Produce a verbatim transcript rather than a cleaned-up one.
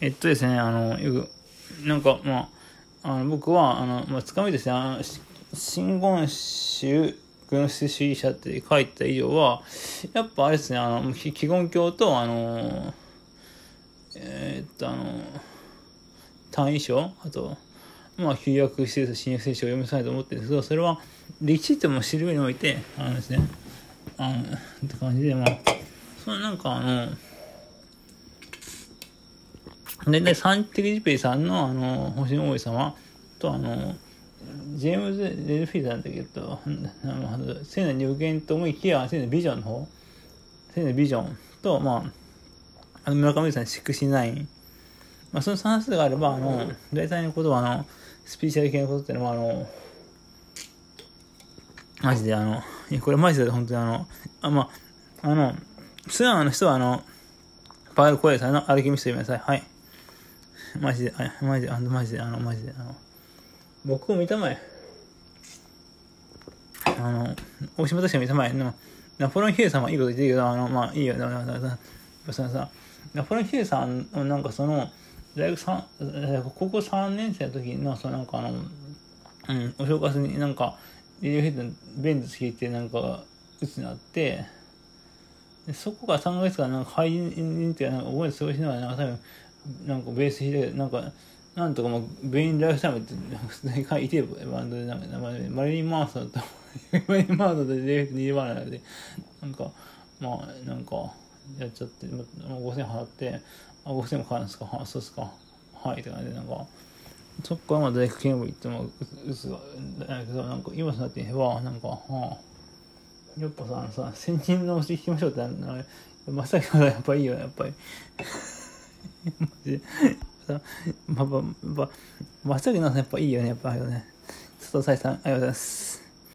えっとですね、あの、よく、なんか、まあ、あの僕は、あの、まあ、つかみですね、あの、真言宗軍主主義者って書いた以上は、やっぱあれですね、あの、基言教と、あの、えー、っと、あの、単位書、あと、まあ、旧約聖書、新約聖書を読みたいと思ってるんですけど、それは、歴史とも知る上において、あのですね、あの、って感じで、まあ、そのなんか、あの、大体サンテグジペイさんの、あの、星の王子様と、あの、ジェームズ・レルフィールなんだけど、あの、聖なる予言と思いきや、聖なるビジョンの方、聖なるビジョンと、まあ、あの村上さん、シックスティナイン、まあ、そのさんつがあれば、あの、大体のことは、あの、スピーチャル系のことっていうのは、あの、マジで、あの、いや、これマジで、本当にあの、あ、まあ、あの、素直な人は、あの、パール・コエさんのアルケミスト読みなさい。はい。マジで、あマジで、あの、マジで、あの、マジで、あの、僕を見たまえ。あの、大島としては見たまえ。のナポレオン・ヒルさんはいいこと言ってるけど、あの、まあ、いいよ。だからさ、やっぱそのさ、ナポレオン・ヒルさんの、なんかその、大学三、高校さんねん生の時の、そのなんかあの、うん、お正月になんか、レディオヘッドのベンツ聞いて、なんか、うつになって、でそこからさんかげつかん、なんか、廃人っていうか、なんか、覚えて過ごしながら、なんか、多分、なんか、ベース弾いて、なんか、なんとかもう、ベイン・ライフタイムって、普通に書いて、バンドで、なんか、名前で、マリリン・マンソンと、マリリン・マンソンとデイフ・ニーバーナーで、なんか、まあ、なんか、やっちゃって、まあ、ごせん払って、あ、ごせんも買うんですか、はそうっすか、はい、って感じで、なんか、そっからまあ大学見学行っても、うつが、だけど、なんか、今となって言えば、なんか、はあ、やっぱさ、さ先人の教え聞きましょうってな、まさかやっぱいいよね、やっぱり。マジで。さ、ま、ま、ま、まさかのやっぱいいよね、やっぱりね。佐藤さん、ありがとうございます。